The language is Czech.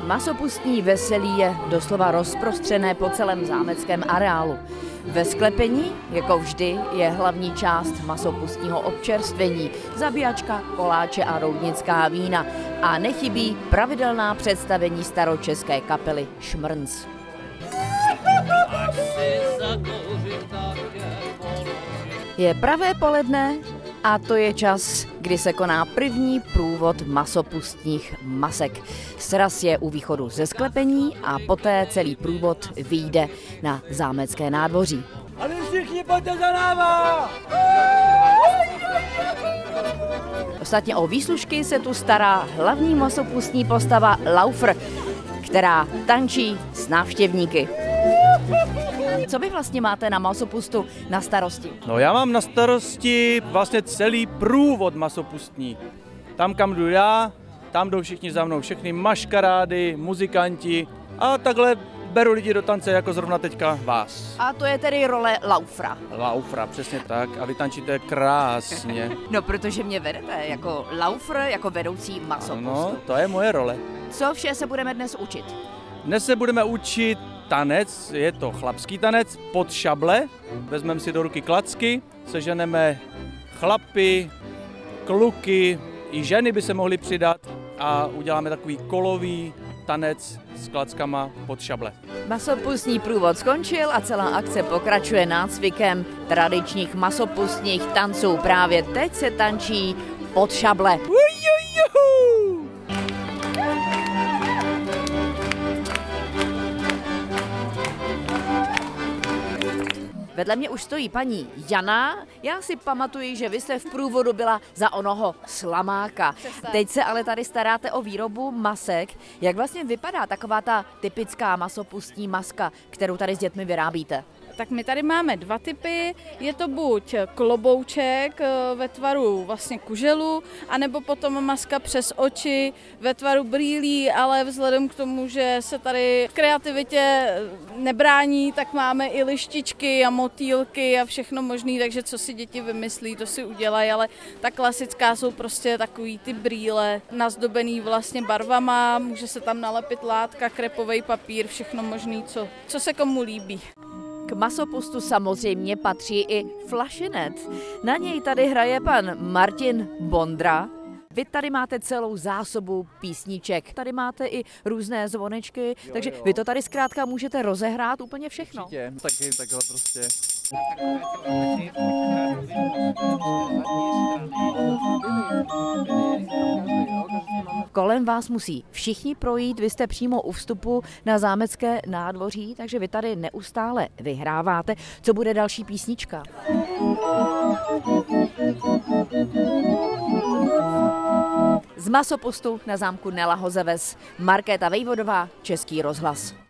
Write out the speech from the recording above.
Masopustní veselí je doslova rozprostřené po celém zámeckém areálu. Ve sklepení, jako vždy, je hlavní část masopustního občerstvení, zabíjačka, koláče a roudnická vína. A nechybí pravidelná představení staročeské kapely Šmrnc. Je pravé poledne a to je čas, kdy se koná první průvod masopustních masek. Sraz je u východu ze sklepení a poté celý průvod vyjde na zámecké nádvoří. A vy všichni pojďte za náma! Ostatně o výslužky se tu stará hlavní masopustní postava Laufer, která tančí s návštěvníky. Co vy vlastně máte na masopustu na starosti? No já mám na starosti vlastně celý průvod masopustní. Tam, kam jdu já, tam jdou všichni za mnou, všechny maškarády, muzikanti a takhle beru lidi do tance, jako zrovna teďka vás. A to je tedy role Laufra. Laufra, přesně tak. A vy tančíte krásně. No, protože mě vedete jako Laufer, jako vedoucí masopustu. No, to je moje role. Co vše se budeme dnes učit? Dnes se budeme učit tanec, je to chlapský tanec pod šable. Vezmeme si do ruky klacky, seženeme chlapy, kluky, i ženy by se mohly přidat a uděláme takový kolový tanec s klackama pod šable. Masopustní průvod skončil a celá akce pokračuje nácvikem tradičních masopustních tanců. Právě teď se tančí pod šable. Vedle mě už stojí paní Jana. Já si pamatuji, že vy jste v průvodu byla za onoho slamáka. Teď se ale tady staráte o výrobu masek. Jak vlastně vypadá taková ta typická masopustní maska, kterou tady s dětmi vyrábíte? Tak my tady máme dva typy, je to buď klobouček ve tvaru vlastně kuželu, anebo potom maska přes oči ve tvaru brýlí, ale vzhledem k tomu, že se tady kreativitě nebrání, tak máme i lištičky a motýlky a všechno možné, takže co si děti vymyslí, to si udělají, ale ta klasická jsou prostě takový ty brýle nazdobený vlastně barvama, může se tam nalepit látka, krepový papír, všechno možné, co se komu líbí. K masopustu samozřejmě patří i flašinet. Na něj tady hraje pan Martin Bondra. Vy tady máte celou zásobu písniček. Tady máte i různé zvonečky, takže vy to tady zkrátka můžete rozehrát úplně všechno. Určitě, taky takhle prostě. Kolem vás musí všichni projít, vy jste přímo u vstupu na zámecké nádvoří, takže vy tady neustále vyhráváte. Co bude další písnička? Z masopustu na zámku Nela Hozeves Markéta Vejvodová, Český rozhlas.